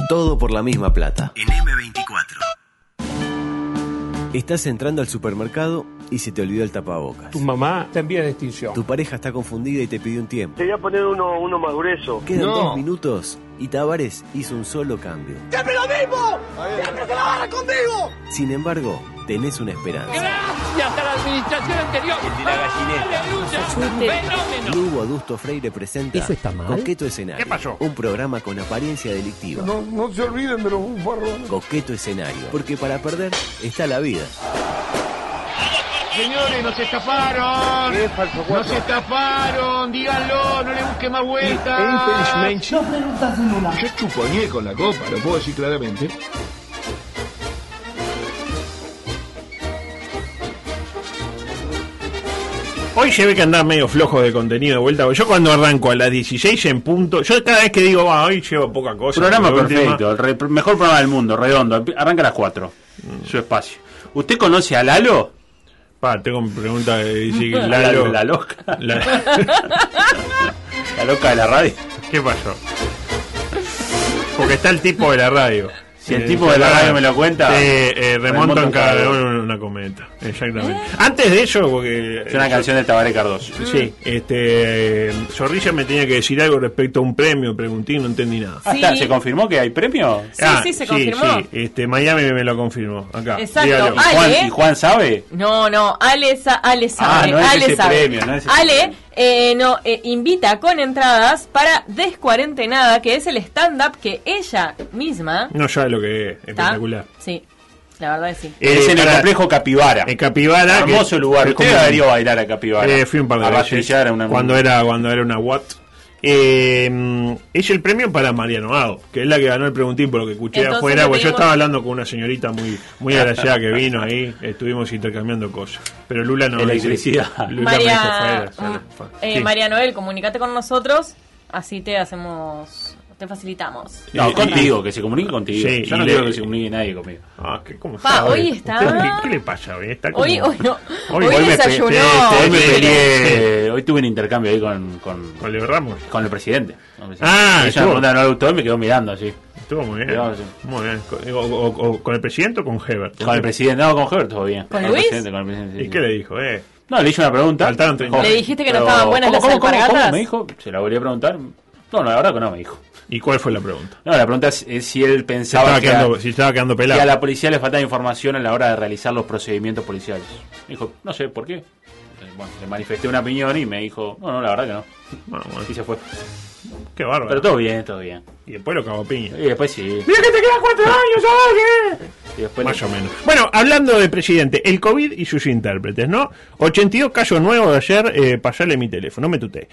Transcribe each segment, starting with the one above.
Todo por la misma plata. En M24. Estás entrando al supermercado y se te olvidó el tapabocas. Tu mamá está en vía de extinción. Tu pareja está confundida y te pidió un tiempo. Te voy a poner uno más grueso. Quedan 2 minutos y Tavares hizo un solo cambio. ¡Siempre lo mismo! ¡Siempre se la van a conmigo! Sin embargo, tenés una esperanza. ¡Gracias a la administración anterior! El de la gallineta. ¡Fenómeno! Lugo Adusto Freire presenta ¿Eso está mal? Coqueto Escenario. ¿Qué pasó? Un programa con apariencia delictiva. No se olviden de los bufarrones. Coqueto Escenario. Porque para perder está la vida. Señores, nos estafaron. ¿Qué es falso 4? Nos estafaron, díganlo, no le busque más vueltas. No preguntas nula. Yo chupoñé con la copa, lo puedo decir claramente. Hoy se ve que andás medio flojo de contenido de vuelta. Yo cuando arranco a las 16 en punto, yo cada vez que digo, hoy llevo poca cosa. Programa perfecto, el mejor programa del mundo, redondo. Arranca a las 4. Su espacio. ¿Usted conoce a Lalo? Tengo una pregunta de decir Lalo. La loca. La loca de la radio. ¿Qué pasó? Porque está el tipo de la radio. Si el tipo de la radio me lo cuenta, remonto en cada una cometa. Exactamente. Antes de eso, porque es una canción de Tabaré Cardoso. Sí, Zorrilla me tenía que decir algo respecto a un premio, pregunté, no entendí nada. Sí. ¿Se confirmó que hay premio? Sí, se confirmó. Sí, Miami me lo confirmó acá. Exacto. ¿Y Juan sabe? No, Ale sabe. No es Ale ese sabe. Premio, no es ese Ale invita con entradas para Descuarentenada, que es el stand-up que ella misma... No sabe lo que es, espectacular. Sí, la verdad es sí. Es en el complejo Capibara. Capibara. Hermoso lugar. Usted debería bailar a Capibara. Fui un par de veces. Cuando era una Watt. Es el premio para Mariano Ago, que es la que ganó el preguntín por lo que escuché. Entonces afuera, porque yo estaba hablando con una señorita muy agraciada que vino ahí, estuvimos intercambiando cosas, pero Lula no. Electricidad. Lula me dijo fuera. María Noel, comunícate con nosotros, así te facilitamos. No, contigo, que se comunique contigo. Sí, yo no quiero que se comunique nadie conmigo. ¿Cómo está? Hoy está... ¿Qué le pasa hoy? Está como... Hoy desayunó. Hoy tuve un intercambio ahí con Leo Ramos. Con el presidente. Ella me pregunta, no le gustó y me quedó mirando así. Estuvo muy bien. Muy bien. ¿Con el presidente o con Hebert? Con el presidente, con Hebert todo bien. ¿Con Luis? Con el presidente, ¿Y qué le dijo? No, le hice una pregunta. ¿Le dijiste que no estaban buenas las alpargatas? ¿Cómo me dijo? ¿Se la volví a preguntar? No, la verdad que no me dijo. ¿Y cuál fue la pregunta? No, la pregunta es si él pensaba si estaba quedando pelado. Que a la policía le faltaba información a la hora de realizar los procedimientos policiales. Me dijo, no sé, ¿por qué? Bueno, le manifesté una opinión y me dijo, no, la verdad que no. Bueno. Y se fue. Qué bárbaro. Pero todo bien. Y después lo cagó piña. Y después sí. ¡Mira que te quedan 4 años, ¿sabes? Y después más o menos. Bueno, hablando de presidente, el COVID y sus intérpretes, ¿no? 82 casos nuevos de ayer, pasarle mi teléfono, no me tuté.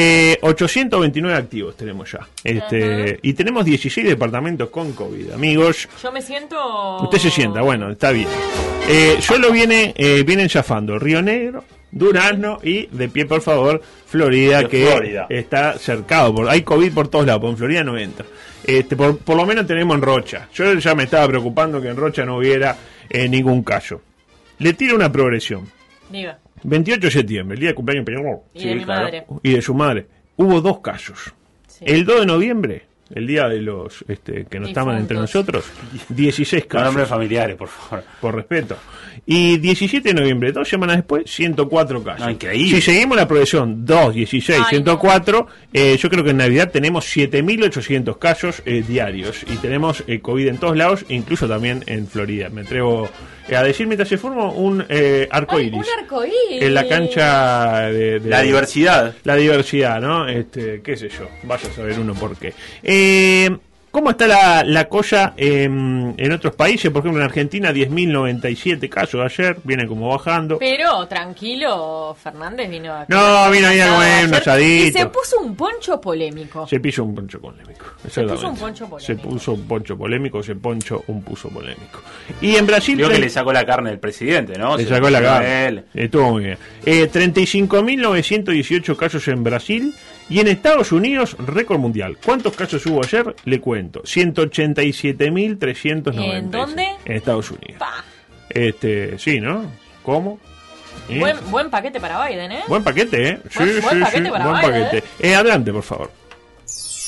829 activos tenemos ya. Y tenemos 16 departamentos con COVID, amigos. Yo me siento... Usted se sienta, bueno, está bien. Solo vienen zafando Río Negro, Durazno y, de pie por favor, Florida, Florida. Está cercado. Hay COVID por todos lados, pero en Florida no entra. Por lo menos tenemos en Rocha. Yo ya me estaba preocupando que en Rocha no hubiera ningún caso. Le tiro una progresión. Diga. 28 de septiembre, el día de cumpleaños de Peñarol. Y de mi madre. Y de su madre. Hubo 2 casos. Sí. El 2 de noviembre, el día de los que no estaban entre nosotros, 16 casos. Con nombres familiares, por favor. Por respeto. Y 17 de noviembre, 2 semanas después, 104 casos. No, increíble. Si seguimos la progresión 2, 16, 104, yo creo que en Navidad tenemos 7.800 casos diarios. Y tenemos COVID en todos lados, incluso también en Florida. Me atrevo a decir mientras se forma un arcoíris. Un arcoíris. En la cancha de la diversidad. La diversidad, ¿no? Qué sé yo. Vaya a saber uno por qué. ¿Cómo está la cosa en otros países? Por ejemplo, en Argentina, 10.097 casos ayer, viene como bajando. Pero tranquilo, Fernández vino a... No, vino ahí a comer un asadito. Y se puso un poncho polémico. Se puso un poncho polémico. Se puso un poncho polémico. Se puso un poncho polémico, un puso polémico. Y en Brasil... Digo que le sacó la carne del presidente, ¿no? Le sacó la carne. Estuvo muy bien. 35.918 casos en Brasil. Y en Estados Unidos, récord mundial. ¿Cuántos casos hubo ayer? Le cuento. 187.390. ¿En dónde? En Estados Unidos. Sí, ¿no? ¿Cómo? Buen paquete para Biden, ¿eh? Buen paquete, ¿eh? Buen paquete para buen Biden, paquete. Adelante, por favor.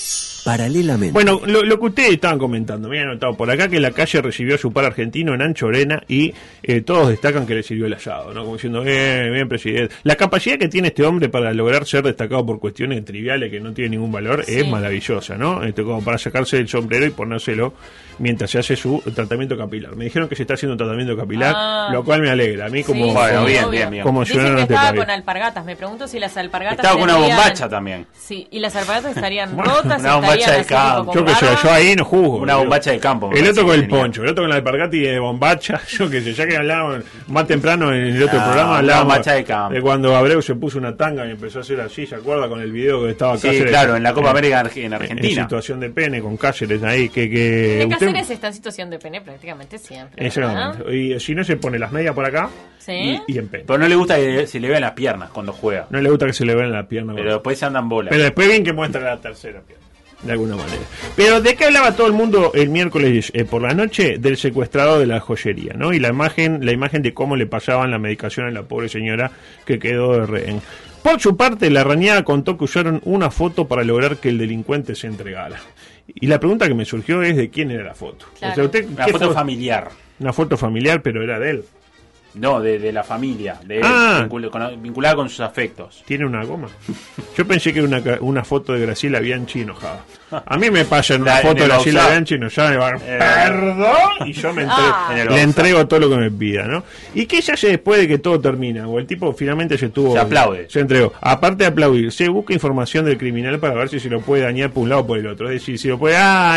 Paralelamente. Bueno, lo que ustedes estaban comentando, me han notado por acá que la calle recibió a su par argentino en Ancho Orena y todos destacan que le sirvió el asado, ¿no? Como diciendo, bien, presidente. La capacidad que tiene este hombre para lograr ser destacado por cuestiones triviales que no tienen ningún valor es maravillosa, ¿no? Como para sacarse el sombrero y ponérselo mientras se hace su tratamiento capilar. Me dijeron que se está haciendo un tratamiento capilar, lo cual me alegra. A mí como bien. Como dicen que estaba con alpargatas. Me pregunto si las alpargatas estaba con una bombacha también. Sí, y las alpargatas estarían rotas, una bombacha de campo. Yo que sé, yo ahí no juzgo. Una bombacha de campo. El otro con el poncho, el otro con la alpargata y de bombacha. Yo que sé, ya que hablábamos más temprano en el otro programa, hablábamos de cuando Abreu se puso una tanga y empezó a hacer así, ¿se acuerda? Con el video que estaba Cáceres. Sí, claro, en la Copa América en Argentina. En situación de pene, con Cáceres ahí. Cáceres está en situación de pene prácticamente siempre. Exactamente. Y si no, se pone las medias por acá y en pene. Pero no le gusta que se le vean las piernas cuando juega. No le gusta que se le vean las piernas. Pero después se andan bolas. Pero después bien que muestra la tercera pierna. De alguna manera. Pero ¿de qué hablaba todo el mundo el miércoles por la noche? Del secuestrado de la joyería, ¿no? Y la imagen de cómo le pasaban la medicación a la pobre señora que quedó de rehén. Por su parte, la Rañada contó que usaron una foto para lograr que el delincuente se entregara. Y la pregunta que me surgió es de quién era la foto. Claro. O sea, usted, una foto familiar. Una foto familiar, pero era de él. No, de la familia, de vinculada con sus afectos. ¿Tiene una goma? Yo pensé que era una foto de Graciela Bianchi enojada. A mí me pasa en una foto de Graciela Bianchi enojada, perdón, y yo le entrego todo lo que me pida, ¿no? ¿Y qué se hace después de que todo termina? O el tipo finalmente se aplaude. Se entregó. Aparte de aplaudir, se busca información del criminal para ver si se lo puede dañar por un lado o por el otro. Es decir, si lo puede,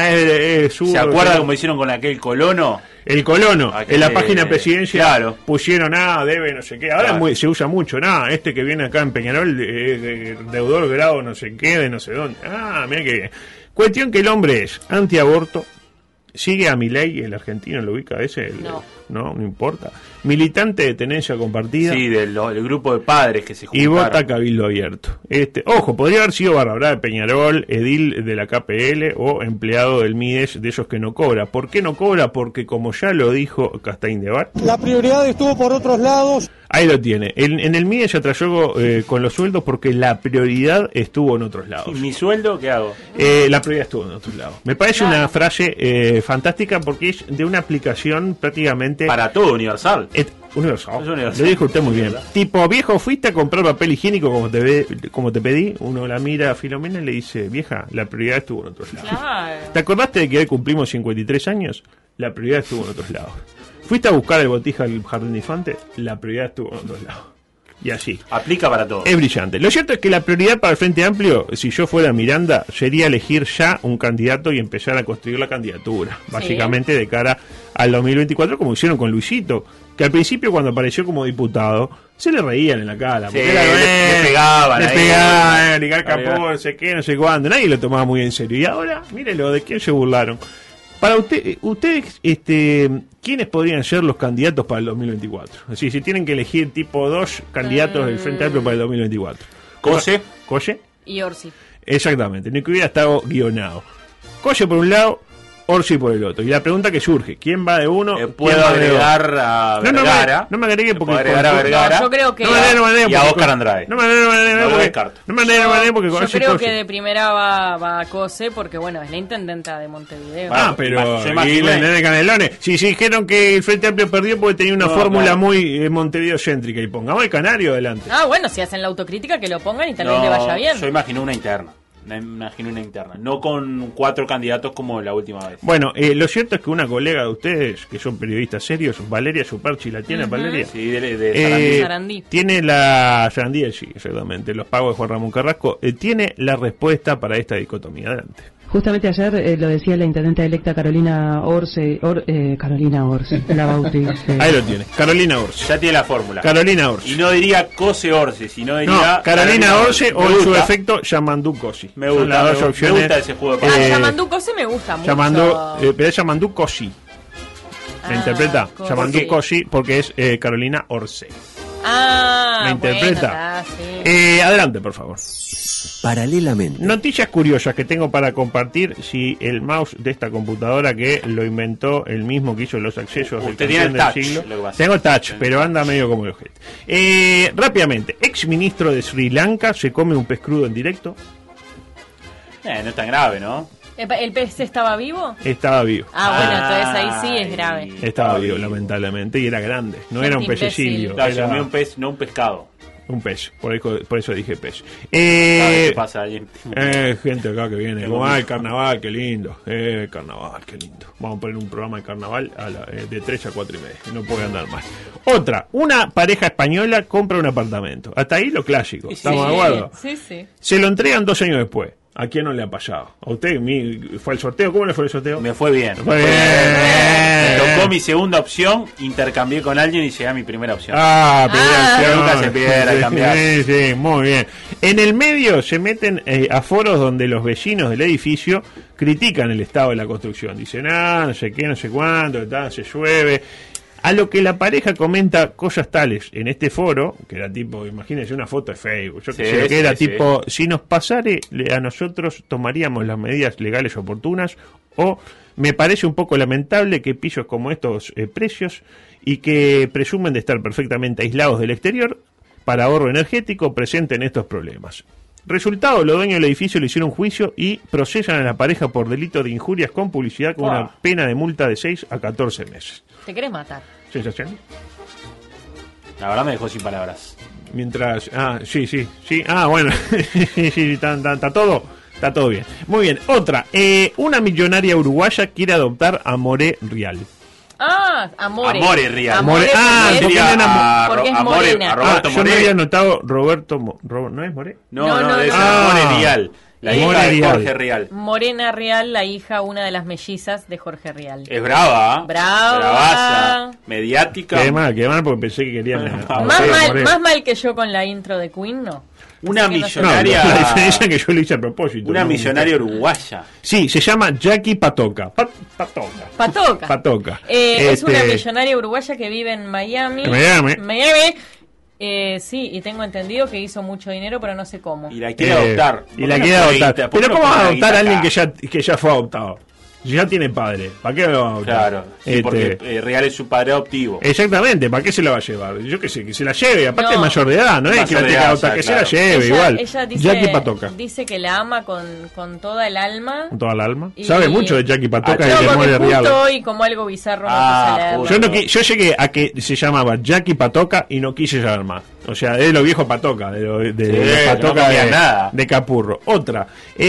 es ¿se acuerda como hicieron con aquel colono? El colono, en la página presidencia pusieron, debe no sé qué. Ahora se usa mucho, este que viene acá en Peñarol, deudor grado no sé qué, de no sé dónde. Mira que bien. Cuestión que el hombre es antiaborto, sigue a Milei, el argentino, ¿lo ubica ese? No importa. Militante de tenencia compartida. Sí, del grupo de padres que se juntaron. Y vota Cabildo Abierto. Ojo, podría haber sido barra de Peñarol, edil de la KPL o empleado del MIDES, de esos que no cobra. ¿Por qué no cobra? Porque como ya lo dijo Castaín de Bar, la prioridad estuvo por otros lados. Ahí lo tiene. En el MIDES se atrayó con los sueldos porque la prioridad estuvo en otros lados. ¿Y mi sueldo qué hago? La prioridad estuvo en otros lados. Me parece una frase fantástica porque es de una aplicación prácticamente... Para todo universal. Universal. Lo dijo usted muy bien. Tipo, viejo, fuiste a comprar papel higiénico como te pedí. Uno la mira a Filomena y le dice, vieja, la prioridad estuvo en otros lados. Claro. ¿Te acordaste de que hoy cumplimos 53 años? La prioridad estuvo en otros lados. ¿Fuiste a buscar el botija al Jardín de Infantes? La prioridad estuvo en otros lados. Y así. Aplica para todo. Es brillante. Lo cierto es que la prioridad para el Frente Amplio, si yo fuera Miranda, sería elegir ya un candidato y empezar a construir la candidatura. Básicamente de cara al 2024, como hicieron con Luisito, que al principio cuando apareció como diputado, se le reían en la cara. Sí, le pegaban. Ligar Capó, no sé qué, no sé cuándo. Nadie lo tomaba muy en serio. Y ahora, mírelo, ¿de quién se burlaron? Para ustedes, ¿quiénes podrían ser los candidatos para el 2024? Es decir, si tienen que elegir tipo 2 candidatos del Frente Amplio para el 2024. ¿Cose? Y Orsi. Exactamente, ni que hubiera estado guionado. Cose por un lado, Orsi por el otro. Y la pregunta que surge, ¿quién va de uno? ¿Puedo agregar a Vergara? No me agregue porque... agregar a Vergara. Yo creo que... Y a Oscar Andrade. No me agregue porque... Yo creo que de primera va a Cose porque, bueno, es la intendenta de Montevideo. Pero... Y la de Canelones. Si dijeron que el Frente Amplio perdió porque tenía una fórmula muy Montevideo-céntrica. Y pongamos el Canario adelante. Bueno, si hacen la autocrítica que lo pongan y tal vez le vaya bien. Yo imagino una interna. Una interna, no con 4 candidatos como la última vez. Bueno, lo cierto es que una colega de ustedes, que son periodistas serios, Valeria Suparchi, ¿la tiene Valeria? Sí, de Sarandí. Tiene la Sarandí, sí, exactamente, los pagos de Juan Ramón Carrasco, tiene la respuesta para esta dicotomía. Adelante. Justamente ayer lo decía la intendente electa Carolina Orsi, la bautice. Ahí lo tiene, Carolina Orsi. Ya tiene la fórmula. Carolina Orsi. Y no diría Cose Orsi, sino diría... Carolina Orsi o en su efecto Yamandú Cosi. Me gusta ese juego. Yamandú Cosi me gusta mucho. Pero es Yamandú Cosi. ¿Me interpreta? Yamandú Cosi porque es Carolina Orsi. ¿Me interpreta? Sí. Adelante, por favor. Paralelamente. Noticias curiosas que tengo para compartir. Si el mouse de esta computadora que lo inventó el mismo que hizo los accesos del siglo. Tengo touch, pero anda medio como el ojete. Rápidamente, ex ministro de Sri Lanka se come un pez crudo en directo. No es tan grave, ¿no? ¿El pez estaba vivo? Estaba vivo. Bueno, entonces ahí sí es grave. Estaba vivo, lamentablemente, y era grande. No era un pececillo. Claro, era un pez, no un pescado. Un pez, por eso dije pez. ¿Qué pasa ahí? Gente acá que viene, como, el carnaval, qué lindo. Carnaval, qué lindo. Vamos a poner un programa de carnaval de 3 a 4 y media. No puede andar más. Otra, una pareja española compra un apartamento. Hasta ahí lo clásico. ¿Estamos de acuerdo? Sí, sí. Se lo entregan 2 años después. ¿A quién no le ha pasado? ¿A usted? ¿Fue el sorteo? ¿Cómo le fue el sorteo? Me fue bien. Me tocó mi segunda opción, intercambié con alguien y llegué a mi primera opción. Primera opción. Nunca se pierde, cambiar. Sí, muy bien. En el medio se meten a foros donde los vecinos del edificio critican el estado de la construcción. Dicen, no sé qué, no sé cuánto, se llueve. A lo que la pareja comenta cosas tales en este foro, que era tipo, imagínense una foto de Facebook, que era tipo, si nos pasare a nosotros tomaríamos las medidas legales oportunas, o me parece un poco lamentable que pisos como estos precios y que presumen de estar perfectamente aislados del exterior para ahorro energético presenten estos problemas. Resultado, los dueños del edificio le hicieron juicio y procesan a la pareja por delito de injurias con publicidad con una pena de multa de 6 a 14 meses. ¿Te querés matar? ¿Sensación? La verdad me dejó sin palabras. Mientras... sí. Bueno. sí, está todo bien. Muy bien. Otra. Una millonaria uruguaya quiere adoptar a More Real. Amore. Amore Real. Amore, porque es morena. Roberto yo More. no había anotado Roberto... ¿No es More? No, es Amore Real. La hija de Jorge Real. Morena Real, la hija, una de las mellizas de Jorge Real. Es brava. Bravaza. Mediática. Qué mal, porque pensé que querían... Más mal que yo con la intro de Queen, ¿no? Una millonaria... la diferencia que yo lo hice a propósito. Una millonaria uruguaya. Sí, se llama Jackie Patoca. Patoca. Es una millonaria uruguaya que vive en Miami. Sí, y tengo entendido que hizo mucho dinero, pero no sé cómo. Y la quiere adoptar. Pero ¿cómo va a adoptar a alguien que ya fue adoptado? Ya tiene padre, ¿para qué lo va a adoptar? Claro, sí, porque Real es su padre adoptivo. Exactamente, ¿para qué se la va a llevar? Yo qué sé, que se la lleve, aparte es mayor de edad, no es que la tenga que adoptar, que se la lleve igual. Ella Jackie Patoca. Dice que la ama con toda el alma. ¿Con toda el alma? Sabe mucho de Jackie Patoca y de More Real. Y como algo bizarro no quise leer. Yo llegué a que se llamaba Jackie Patoca y no quise saber más. O sea, es lo viejo Patoca, de Patoca de Capurro. Otra,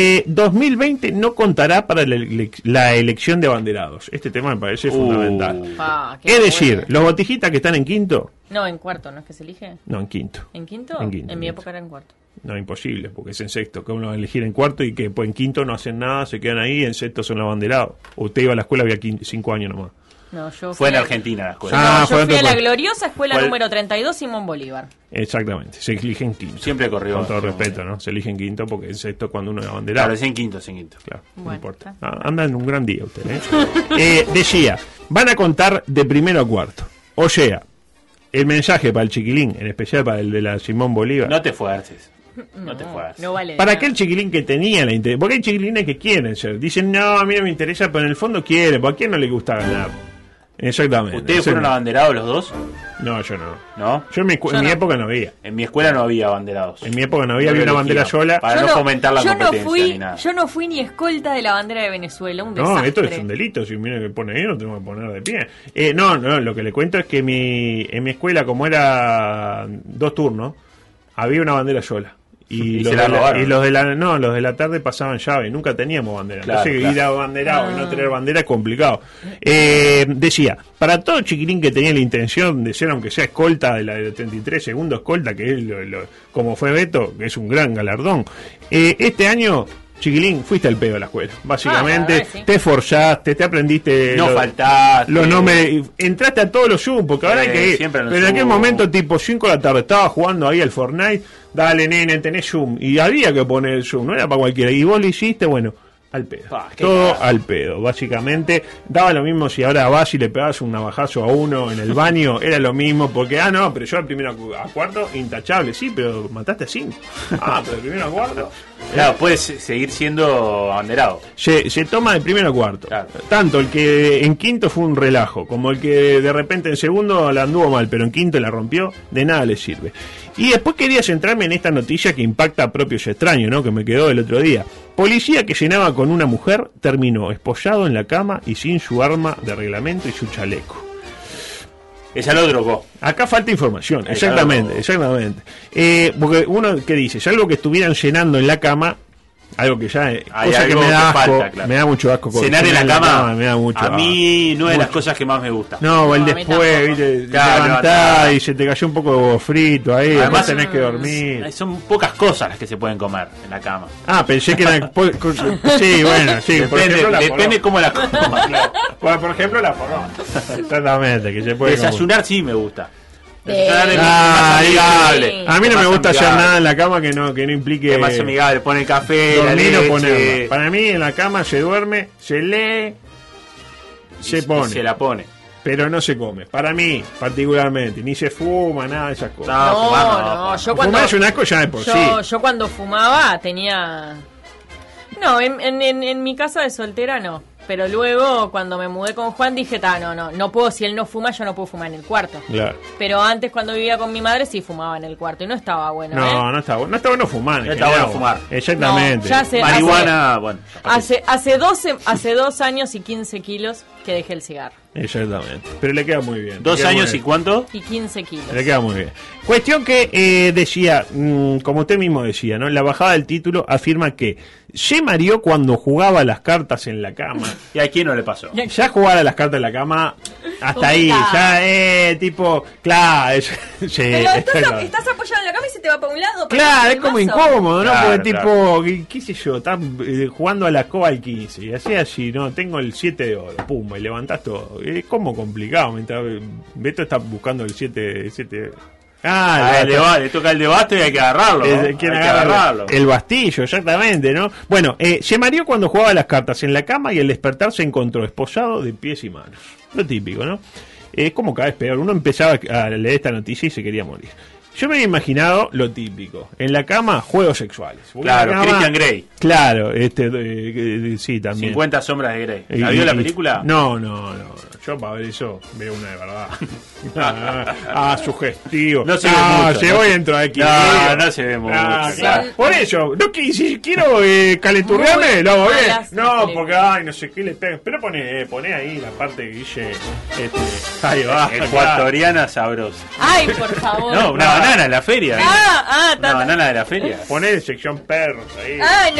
2020 no contará para la elección de abanderados. Este tema me parece fundamental. Es decir, los botijistas que están en quinto... No, en cuarto, ¿no es que se elige? No, en quinto. ¿En quinto? En mi época era en cuarto. No, imposible, porque es en sexto. Que uno va a elegir en cuarto y que pues, en quinto no hacen nada, se quedan ahí, en sexto son abanderados. Usted iba a la escuela, había 5 años nomás. No, fue en Argentina la escuela. Yo fui a la gloriosa escuela número 32 Simón Bolívar. Exactamente, se elige en quinto. Siempre corrió. Con todo respeto, ¿no? Se elige en quinto porque en sexto cuando uno es abanderado. Claro, es en quinto. Claro, no importa. Anda en un gran día usted, decía, van a contar de primero a cuarto. O sea, el mensaje para el chiquilín, en especial para el de la Simón Bolívar. No te fuerces. No te fuerces. No vale para aquel chiquilín que tenía la interés. Porque hay chiquilines que quieren ser. Dicen, no, a mí no me interesa, pero en el fondo quieren. ¿Por quién no le gusta ganar? Exactamente. ¿Ustedes fueron abanderados los dos? No, yo no. ¿No? Yo en mi época no había. En mi escuela no había abanderados. En mi época no había una bandera sola. Para no fomentar la competencia ni nada. Yo no fui ni escolta de la bandera de Venezuela, un desastre. No, esto es un delito. Si mira que pone ahí, no tengo que poner de pie. No, lo que le cuento es que en mi escuela, como era 2 turnos, había una bandera sola. Y los de la tarde pasaban llave, nunca teníamos bandera. Entonces ir a banderado y no tener bandera es complicado. Decía, para todo chiquilín que tenía la intención de ser, aunque sea escolta de la de 33 segundos, escolta, que es como fue Beto, que es un gran galardón, este año, chiquilín, fuiste al pedo a la escuela. Básicamente, te esforzaste, te aprendiste. No faltaste. Entraste a todos los Zoom, porque ahora hay que ir. Pero en aquel momento, tipo 5 de la tarde, estaba jugando ahí al Fortnite. Dale, nene, tenés Zoom. Y había que poner el Zoom, no era para cualquiera. Y vos lo hiciste, bueno, al pedo. Todo al pedo, básicamente. Daba lo mismo si ahora vas y le pegabas un navajazo a uno en el baño, era lo mismo, porque, no, pero yo al primero a cuarto, intachable, sí, pero mataste a 5. Pero de primero a cuarto. Claro, puedes seguir siendo abanderado. Se toma de primero a cuarto. Claro. Tanto el que en quinto fue un relajo, como el que de repente en segundo la anduvo mal, pero en quinto la rompió, de nada le sirve. Y después quería centrarme en esta noticia que impacta a propios y extraños, ¿no? Que me quedó el otro día. Policía que cenaba con una mujer terminó esposado en la cama y sin su arma de reglamento y su chaleco. Ella lo drogó. Acá falta información, exactamente. Porque uno que dice, es algo que estuvieran cenando en la cama, algo que ya cosa que me da asco, falta, claro. Me da mucho asco. Cenar en la cama me da mucho a mí no es de las cosas que más me gustan. No, el después, viste, levantás y se te cayó un poco de huevo frito ahí, además tenés que dormir. Son pocas cosas las que se pueden comer en la cama. Pensé que eran sí, bueno, sí, depende cómo la comas. Claro. Por ejemplo, la porrón. Exactamente, que se puede desayunar comer. Sí me gusta. Más amigable. A mí no me gusta hacer nada en la cama que no implique. Es más amigable, pone el café, dormir la leche. Para mí en la cama se duerme, se lee, se pone. Se la pone. Pero no se come. Para mí, particularmente. Ni se fuma, nada de esas cosas. No. Yo cuando, fumar es un asco ya de por sí. Yo cuando fumaba tenía... No, en mi casa de soltera no. Pero luego, cuando me mudé con Juan, dije, no puedo, si él no fuma, yo no puedo fumar en el cuarto. Claro. Pero antes, cuando vivía con mi madre, sí fumaba en el cuarto y no estaba bueno. No estaba bueno fumar. No estaba bueno fumar. Exactamente. No, marihuana, hace 2 años y 15 kilos que dejé el cigarro. Exactamente. Pero le queda muy bien. 2 años y ¿cuánto? Y 15 kilos. Le queda muy bien. Cuestión que decía, como usted mismo decía, ¿no? La bajada del título afirma que se mareó cuando jugaba las cartas en la cama. ¿Y a quién no le pasó? Ya jugar a las cartas en la cama, hasta ahí, ya tipo, claro. Pero estás apoyado en la cama y se te va para un lado. Claro, es como incómodo, ¿no? Claro, porque tipo, qué sé yo, estás jugando a la escoba al 15 y así, ¿no? Tengo el 7 de oro, pum, y levantás todo. Es como complicado, mientras Beto está buscando el 7 le toca el debate y hay que agarrarlo. Hay que agarrarlo. El bastillo, exactamente, ¿no? Bueno, se mareó cuando jugaba las cartas en la cama y al despertar se encontró esposado de pies y manos. Lo típico, ¿no? Es como cada vez peor. Uno empezaba a leer esta noticia y se quería morir. Yo me había imaginado lo típico. En la cama, juegos sexuales. Claro, Christian Grey. Claro, sí, también. 50 sombras de Grey. ¿La vio la película? No. Yo para ver eso veo una de verdad. Sugestivo. No se ve mucho. Se voy dentro de aquí. No se ve mucho. Claro. Por eso, si quiero calenturrearme, lo hago bien. No, porque no sé qué le pega. Pero pone ahí la parte que dice ahí va. Ecuatoriana sabrosa. Ay, por favor. No, una banana en la feria. Una banana de la feria. Poné sección perros ahí.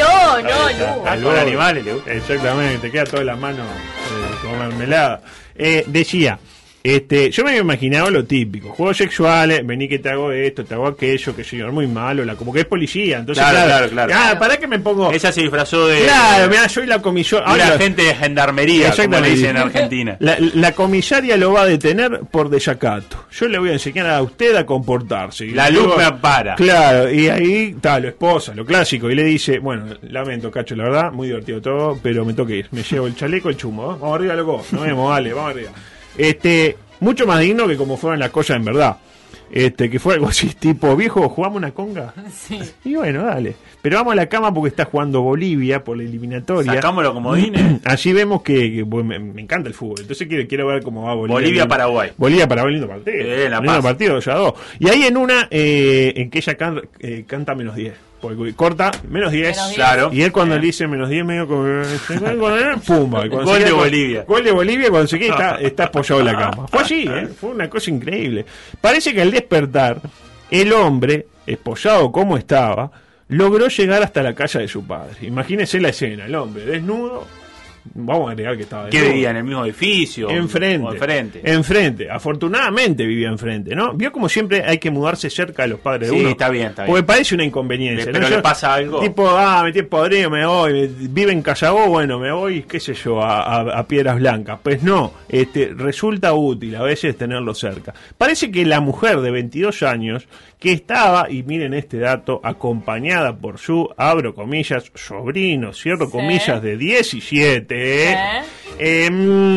No. Algunos animales le gusta. Exactamente, te queda toda la mano con mermelada. Decía, yo me había imaginado lo típico, juegos sexuales, vení que te hago esto, te hago aquello, que señor muy malo, como que es policía, entonces claro. ¿Para qué me pongo? Ella se disfrazó de... Claro, mira, soy la comisaria. Una agente de gendarmería, como le dicen en Argentina. La comisaria lo va a detener por desacato. Yo le voy a enseñar a usted a comportarse. La luz me ampara. Claro, y ahí está lo esposa, lo clásico, y le dice, bueno, lamento, Cacho, la verdad, muy divertido todo, pero me toca ir. Me llevo el chaleco, el chumbo, ¿eh? Vamos arriba, loco. Nos vemos, vale, vamos arriba. Mucho más digno que como fueron las cosas en verdad. Que fue algo así, tipo, viejo, ¿jugamos una conga? Sí. Y bueno, dale. Pero vamos a la cama porque está jugando Bolivia por la eliminatoria. Sacámoslo comodines. Allí vemos que me encanta el fútbol. Entonces quiero ver cómo va Bolivia. Bolivia-Paraguay. Bolivia-Paraguay, lindo partido. Lindo partido, ya dos. Y ahí en una, en que ella canta -10. Porque corta, -10. Claro. Y él cuando le dice -10, medio como... ¡Pumba! Gol de Bolivia. Gol de Bolivia, cuando se queda está apoyado en la cama. Fue así, fue una cosa increíble. Parece que al despertar, el hombre, esposado como estaba, logró llegar hasta la casa de su padre. Imagínense la escena, el hombre desnudo. Vamos a agregar que estaba desnudo. ¿Qué vivía? ¿En el mismo edificio? Enfrente. Afortunadamente vivía enfrente, ¿no? Vio como siempre hay que mudarse cerca de los padres de uno. Sí, está bien. Porque parece una inconveniencia. Pero le pasa algo. Tipo, me tiene podrido, me voy. Vive en Callabó, bueno, me voy, qué sé yo, a Piedras Blancas. Pues no, resulta útil a veces tenerlo cerca. Parece que la mujer de 22 años que estaba, y miren este dato, acompañada por su, abro comillas, sobrino, cierro comillas, de 17. Pero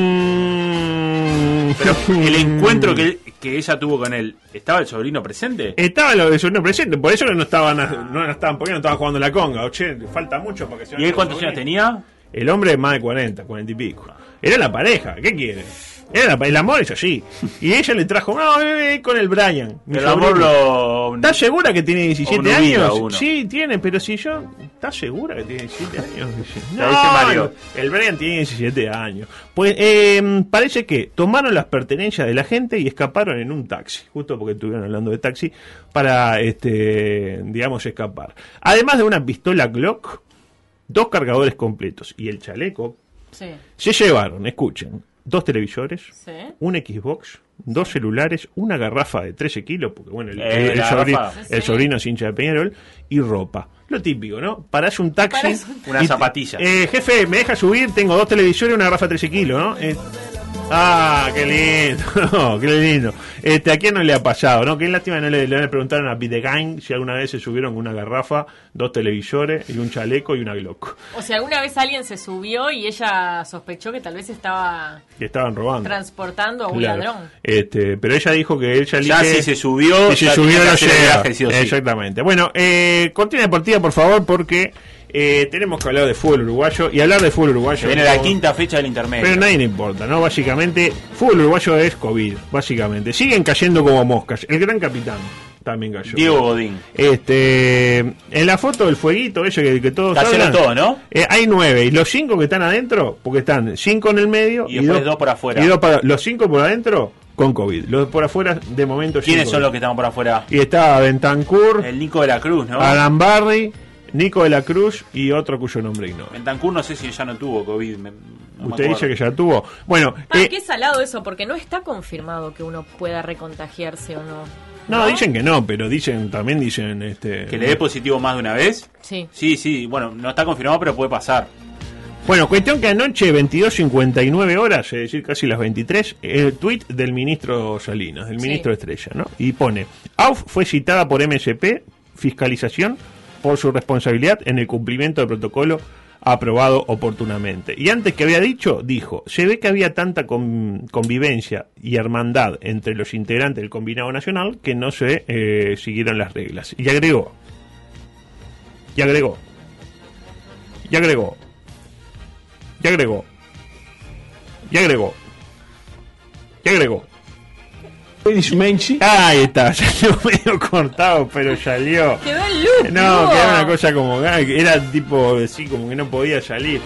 el encuentro que ella tuvo con él, ¿estaba el sobrino presente? Estaba el sobrino presente, por eso no estaban poniendo, no estaban jugando la conga. Falta mucho para que se... ¿Y él cuántos años tenía? El hombre de más de 40 y pico. Era la pareja, ¿qué quiere? El amor es así. Y ella le trajo, con el Brian. El amor lo... ¿Estás segura que tiene 17 años? Uno. Sí, tiene, pero si yo... ¿Estás segura que tiene 17 años? Mario? El Brian tiene 17 años. Pues parece que tomaron las pertenencias de la gente y escaparon en un taxi. Justo porque estuvieron hablando de taxi. Para, digamos, escapar. Además de una pistola Glock, 2 cargadores completos y el chaleco, se llevaron, escuchen, 2 televisores, un Xbox, 2 celulares, una garrafa de 13 kilos, porque bueno, el sobrino es hincha de Peñarol, y ropa. Lo típico, ¿no? Parás un taxi. Una zapatilla. Jefe, ¿me deja subir? Tengo 2 televisores y una garrafa de 13 kilos, ¿no? Qué lindo, qué lindo. ¿A quién no le ha pasado, no? Qué lástima no le preguntaron a Bidegain si alguna vez se subieron con una garrafa, 2 televisores y un chaleco y una Glock. O sea, alguna vez alguien se subió y ella sospechó que tal vez estaban robando, transportando a un ladrón. Pero ella dijo que ella ya si se subió, si se subió no llega. Sí. Exactamente. Bueno, cortina deportiva, por favor, porque tenemos que hablar de fútbol uruguayo y hablar de fútbol uruguayo. Viene la 5ª fecha del intermedio. Pero a nadie le importa, ¿no? Básicamente, fútbol uruguayo es COVID, básicamente. Siguen cayendo como moscas. El gran capitán también cayó. Diego Godín. En la foto del fueguito, ese que todos cayeron todos, ¿no? Hay 9, y los 5 que están adentro, porque están 5 en el medio y después 2 por afuera. Los 5 por adentro con COVID. Los por afuera, de momento... ¿Quiénes son los que están por afuera? Y está Bentancur, el Nico de la Cruz, ¿no? Alan Barry, Nico de la Cruz y otro cuyo nombre ignoro. Bentancur no sé si ya no tuvo COVID. Usted dice que ya tuvo. Bueno, qué salado eso, porque no está confirmado que uno pueda recontagiarse o no. No, dicen que no, pero también dicen que le dé positivo más de una vez. Sí, bueno, no está confirmado, pero puede pasar. Bueno, cuestión que anoche, 22:59 horas, es decir, casi las 23, el tuit del ministro Salinas, del ministro Estrella, ¿no? Y pone, AUF fue citada por MSP, fiscalización, por su responsabilidad en el cumplimiento del protocolo aprobado oportunamente. Y antes que había dijo, se ve que había tanta convivencia y hermandad entre los integrantes del Combinado Nacional que no se siguieron las reglas. Y agregó. Ahí está, salió medio cortado, pero salió. Quedó el loop. No, quedó una cosa como. Era tipo, así como que no podía salir.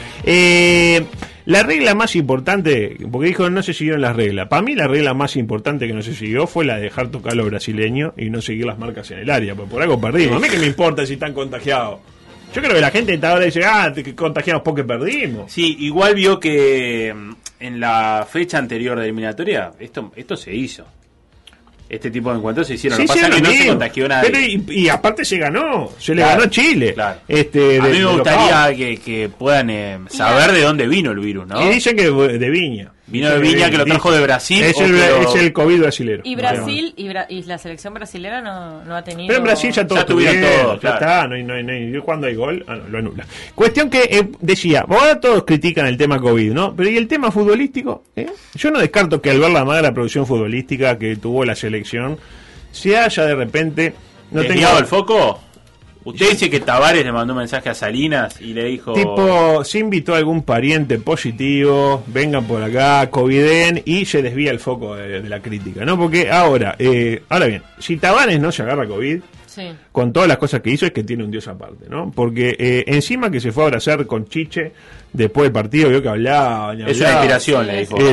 La regla más importante, porque dijo no se siguieron las reglas. Para mí, la regla más importante que no se siguió fue la de dejar tocar a los brasileños y no seguir las marcas en el área, porque por algo perdimos. A mí que me importa si están contagiados. Yo creo que la gente está ahora dice, contagiamos porque perdimos. Sí, igual vio que en la fecha anterior de eliminatoria, esto se hizo. Este tipo de encuentros se hicieron. Sí, lo que pasa es que no se contagió nadie. Pero y aparte se ganó. Se le ganó a Chile. Claro. A mí me gustaría que puedan saber de dónde vino el virus, ¿no? Y dicen que de Viña. Vino de Viña, que lo trajo de Brasil. Es el COVID brasilero. Y Brasil, y la selección brasilera no ha tenido... Pero en Brasil ya todo tuvieron todo, ya está, no hay, cuando hay gol, lo anula. Cuestión que decía, ahora todos critican el tema COVID, ¿no? Pero ¿y el tema futbolístico? Yo no descarto que al ver la magra producción futbolística que tuvo la selección, se haya de repente... ¿Desviado el foco? Usted dice que Tavares le mandó un mensaje a Salinas y le dijo... Tipo, se invitó a algún pariente positivo, vengan por acá, coviden, y se desvía el foco de la crítica, ¿no? Porque ahora bien, si Tavares no se agarra COVID, con todas las cosas que hizo, es que tiene un dios aparte, ¿no? Porque encima que se fue a abrazar con Chiche, después del partido, vio que hablaba. Es una inspiración, le dijo.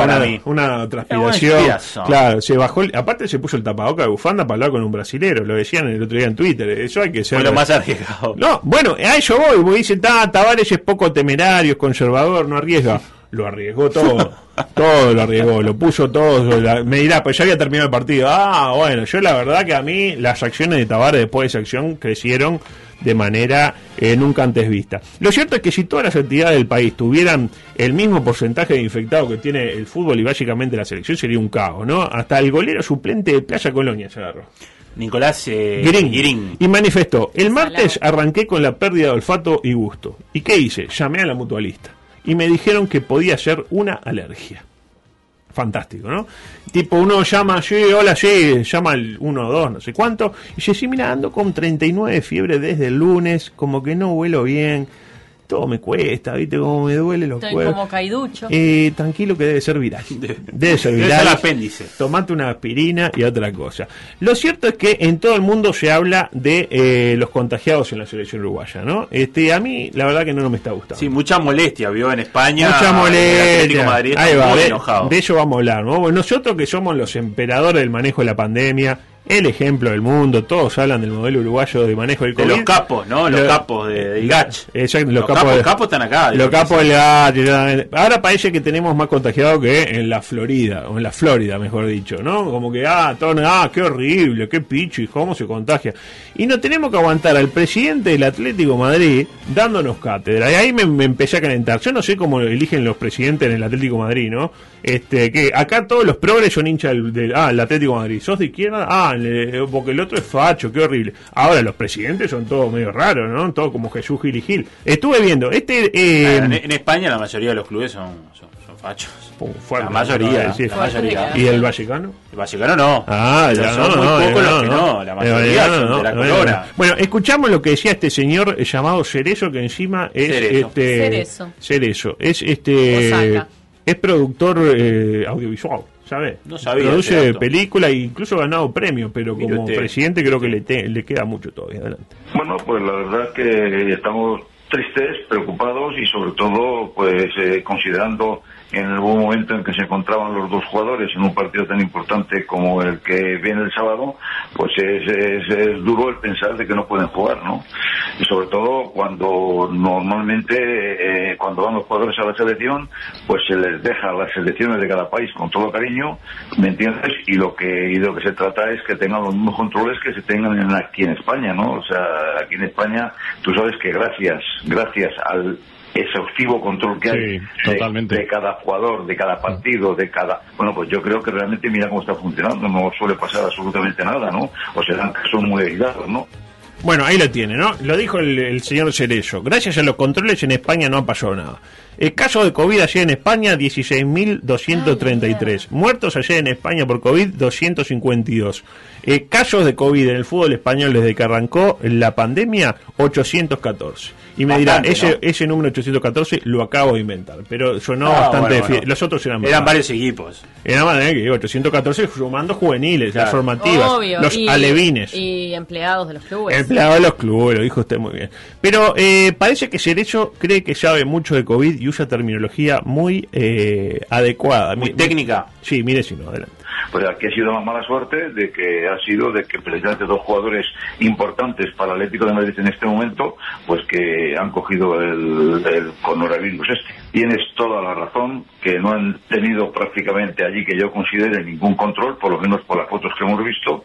Una transpiración. Claro, se bajó, aparte se puso el tapaboca de bufanda para hablar con un brasilero, lo decían el otro día en Twitter, eso hay que ser... Lo más arriesgado. No, bueno, a eso voy, porque dicen, Tavares es poco temerario, es conservador, no arriesga. Lo arriesgó todo, todo lo arriesgó, lo puso todo. Me dirá, pues ya había terminado el partido. Bueno, yo la verdad que a mí las acciones de Tavares después de esa acción crecieron de manera nunca antes vista. Lo cierto es que si todas las actividades del país tuvieran el mismo porcentaje de infectados que tiene el fútbol y básicamente la selección, sería un caos, ¿no? Hasta el golero suplente de Playa Colonia se agarró. Nicolás Guirín. Y manifestó, el martes arranqué con la pérdida de olfato y gusto. ¿Y qué hice? Llamé a la mutualista. Y me dijeron que podía ser una alergia. Fantástico, ¿no? Tipo, uno llama, llama al 112, no sé cuánto, y dice, sí, mira, ando con 39 de fiebre desde el lunes, como que no huelo bien, todo me cuesta, ¿viste? Como me duele los Estoy cuerpos. como caiducho. Tranquilo que debe ser viral. Debe ser Debe viral. ser el apéndice. Tomate una aspirina y otra cosa. Lo cierto es que en todo el mundo se habla de los contagiados en la selección uruguaya, ¿no? A mí, la verdad que no me está gustando. Sí, mucha molestia vio en España. Mucha El molestia. Atlético de Madrid está Ahí va, muy de enojado. eso vamos a hablar, ¿no? Bueno, nosotros que somos los emperadores del manejo de la pandemia, el ejemplo del mundo, todos hablan del modelo uruguayo de manejo del De COVID. los capos, ¿no? Los capos de IGACH. Exacto, Los capos están acá. Los capos del GACH. Ahora parece que tenemos más contagiados que en la Florida, o en la Florida, mejor dicho, ¿no? Como que, qué horrible, qué pichi, cómo se contagia. Y no tenemos que aguantar al presidente del Atlético de Madrid dándonos cátedra. Y ahí me empecé a calentar. Yo no sé cómo eligen los presidentes en el Atlético de Madrid, ¿no? Que acá todos los progres son hinchas del Atlético de Madrid. ¿Sos de izquierda? Porque el otro es facho, qué horrible. Ahora los presidentes son todos medio raros, ¿no? Todos como Jesús Gil y Gil. Estuve viendo, en España la mayoría de los clubes son fachos. Fuerte, la mayoría. Sí, la mayoría. ¿Y el Vallecano? El Vallecano no. Ya son muy pocos los que no. La mayoría son de la Corona. Bueno, escuchamos lo que decía este señor llamado Cerezo, que encima es Cerezo. Es productor audiovisual. ¿Sabes? No sabía. Produce películas e incluso ha ganado premios, pero como presidente creo que le queda mucho todavía. Adelante. Bueno, pues la verdad es que estamos tristes, preocupados y sobre todo pues considerando en el buen momento en que se encontraban los dos jugadores en un partido tan importante como el que viene el sábado, pues es duro el pensar de que no pueden jugar, ¿no? Y sobre todo cuando normalmente cuando van los jugadores a la selección, pues se les deja a las selecciones de cada país con todo cariño, ¿me entiendes? Y lo que se trata es que tengan los mismos controles que se tengan aquí en España, ¿no? O sea, aquí en España tú sabes que gracias al exhaustivo control que hay de cada jugador, de cada partido, bueno, pues yo creo que realmente mira cómo está funcionando, no suele pasar absolutamente nada, ¿no? O serán casos muy aislados, ¿no? Bueno, ahí lo tiene, ¿no? Lo dijo el señor Cerezo. Gracias a los controles en España no ha pasado nada. El caso de COVID ayer en España, 16.233. Muertos ayer en España por COVID, 252. Casos de COVID en el fútbol español desde que arrancó la pandemia, 814. Y me dirán, ese número 814 lo acabo de inventar, pero sonó bastante... Bueno. Los otros eran varios equipos. Eran 814 sumando juveniles, las formativas, los alevines. Y empleados de los clubes. Empleados de los clubes, lo dijo usted muy bien. Pero parece que Cerezo cree que sabe mucho de COVID y usa terminología muy adecuada. Muy técnica. Sí, mire si no, adelante. Pues aquí ha sido la mala suerte de que precisamente dos jugadores importantes para el Atlético de Madrid en este momento, pues que han cogido el coronavirus Tienes toda la razón, que no han tenido prácticamente allí que yo considere ningún control, por lo menos por las fotos que hemos visto,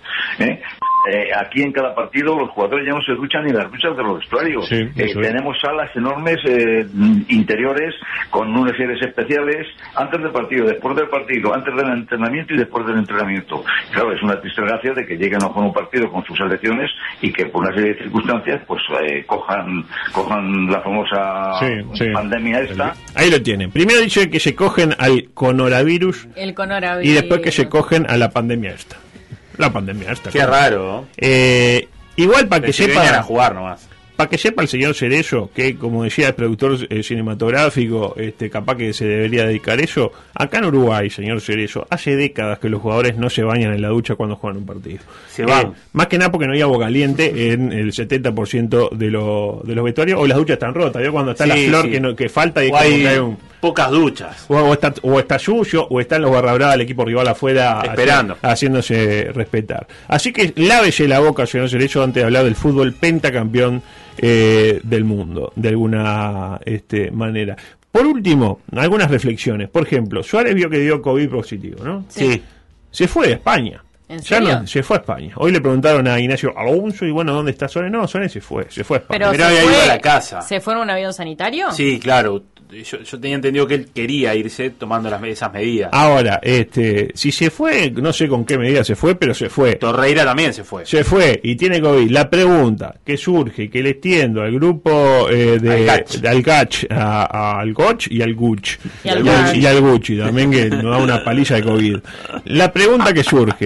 aquí en cada partido los jugadores ya no se duchan ni las duchas de los vestuarios. Tenemos salas enormes interiores con unas series especiales antes del partido, después del partido, antes del entrenamiento y después del entrenamiento. Claro, es una triste gracia de que lleguen a jugar un partido con sus selecciones y que por una serie de circunstancias pues cojan la famosa pandemia esta. Ahí lo tienen. Primero dice que se cogen al coronavirus y después que se cogen a la pandemia esta. La pandemia esta. Qué raro. Igual para que sepa a jugar nomás. Para que sepa el señor Cerezo, que como decía el productor cinematográfico, capaz que se debería dedicar eso. Acá en Uruguay, señor Cerezo, hace décadas que los jugadores no se bañan en la ducha cuando juegan un partido. Se van. Más que nada porque no hay agua caliente en el 70% de los vestuarios, o las duchas están rotas. ¿Vio? Cuando está la flor que falta y es como que hay pocas duchas. O está sucio, o están los barra del equipo rival afuera esperando, haciéndose respetar. Así que lávese la boca, señor Cerezo, antes de hablar del fútbol pentacampeón del mundo, de alguna manera. Por último, algunas reflexiones. Por ejemplo, Suárez vio que dio COVID positivo, ¿no? Sí. Se fue a España. ¿En serio? Se fue a España. Hoy le preguntaron a Ignacio Alonso, y bueno, ¿dónde está Suárez? No, Suárez se fue a España. Pero había ido a la casa. ¿Se fue en un avión sanitario? Sí, claro. Yo tenía entendido que él quería irse tomando esas medidas. Ahora, si se fue, no sé con qué medida se fue, pero se fue. Torreira también se fue. Se fue y tiene COVID. La pregunta que surge, que le extiendo al grupo al GACH, al Goch y al Guch. Y al Gucci también, que nos da una paliza de COVID. La pregunta que surge,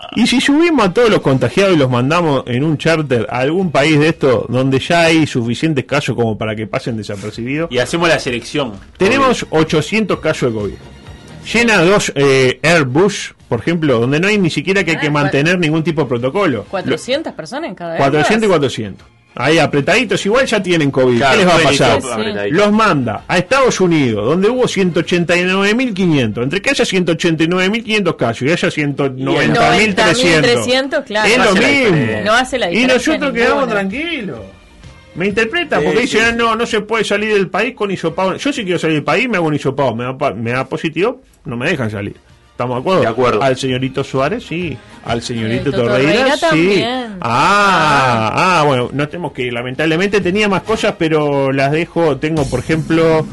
Y si subimos a todos los contagiados y los mandamos en un charter a algún país de estos donde ya hay suficientes casos como para que pasen desapercibidos. Y hacemos la selección. Tenemos 800 casos de COVID. Llena 2 Airbus, por ejemplo, donde no hay ni siquiera que hay que mantener ningún tipo de protocolo. 400 personas en cada 400 y 400. Ahí apretaditos, igual ya tienen COVID. Claro, ¿qué les va a pasar? Sí. Los manda a Estados Unidos, donde hubo 189.500. Entre que haya 189.500 casos y haya 190.300, claro. es lo mismo. No hace la Y diferencia. nosotros quedamos tranquilos. Me interpreta, porque Sí, dicen, no se puede salir del país con hisopado. Yo si quiero salir del país me hago un hisopado, me da positivo, no me dejan salir. ¿Estamos de acuerdo? De acuerdo. Al señorito Suárez, sí. Al señorito Torreira Torreira, sí. también. Bueno, no tenemos que ir. Lamentablemente tenía más cosas, pero las dejo. Tengo, por ejemplo,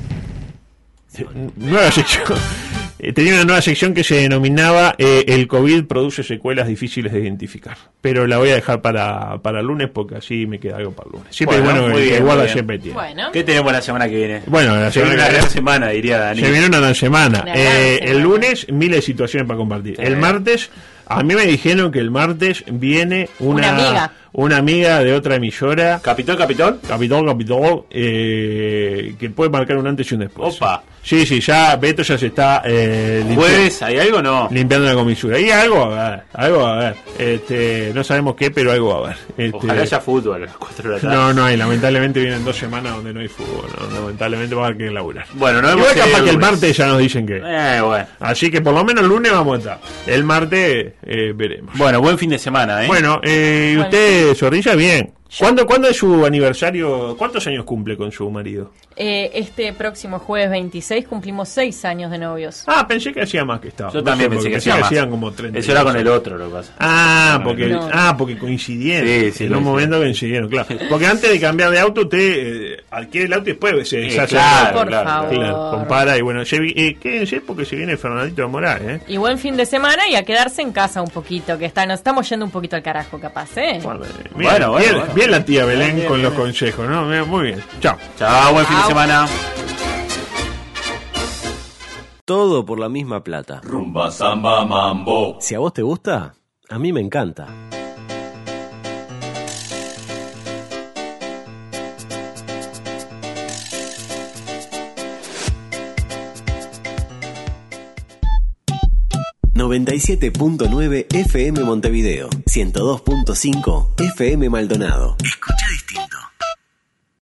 nueva sección. Tenía una nueva sección que se denominaba el COVID produce secuelas difíciles de identificar. Pero la voy a dejar para el lunes porque así me queda algo para el lunes. Siempre Bueno, muy bien, igual muy la bien. siempre tiene. Bueno. ¿Qué tenemos la semana que viene? Bueno, la Se viene semana una que gran semana, diría Dani. se viene una gran semana. Una gran semana. El lunes, miles de situaciones para compartir. Sí. El martes, a mí me dijeron que el martes viene Una amiga de otra emisora. ¿Capitol? Capitol, que puede marcar un antes y un después. Opa. Sí, ya Beto ya se está ¿Jueves hay algo o no? limpiando la comisura. Y algo va a haber. No sabemos qué, pero algo va a haber. Ojalá haya fútbol a las 4 de la tarde. No hay. Lamentablemente vienen 2 semanas donde no hay fútbol. Lamentablemente vamos a tener que laburar. Bueno, no Igual capaz que el martes ya nos dicen que. Bueno. Así que por lo menos el lunes vamos a estar. El martes veremos. Bueno, buen fin de semana, ¿eh? Bueno, y usted, Zorrilla, bien. ¿Cuándo es su aniversario? ¿Cuántos años cumple con su marido? Este próximo jueves 26 cumplimos 6 años de novios. Pensé que hacía más que estaba. Yo también pensé que hacía más. hacían como 30. Eso era con el otro, lo que pasa. Porque coincidieron. Sí, en un momento coincidieron, claro. Porque antes de cambiar de auto, usted adquiere el auto y después se deshace el auto. Por favor. Claro, compara y bueno, quédense porque se viene Fernandito de Moral, ¿eh? Y buen fin de semana y a quedarse en casa un poquito, que nos estamos yendo un poquito al carajo, capaz, ¿eh? Bueno, bien la tía Belén con los consejos, ¿no? Muy bien. Chao, buen fin de semana. Todo por la misma plata. Rumba, samba, mambo. Si a vos te gusta, a mí me encanta. ...97.9 FM Montevideo... ...102.5 FM Maldonado. Escucha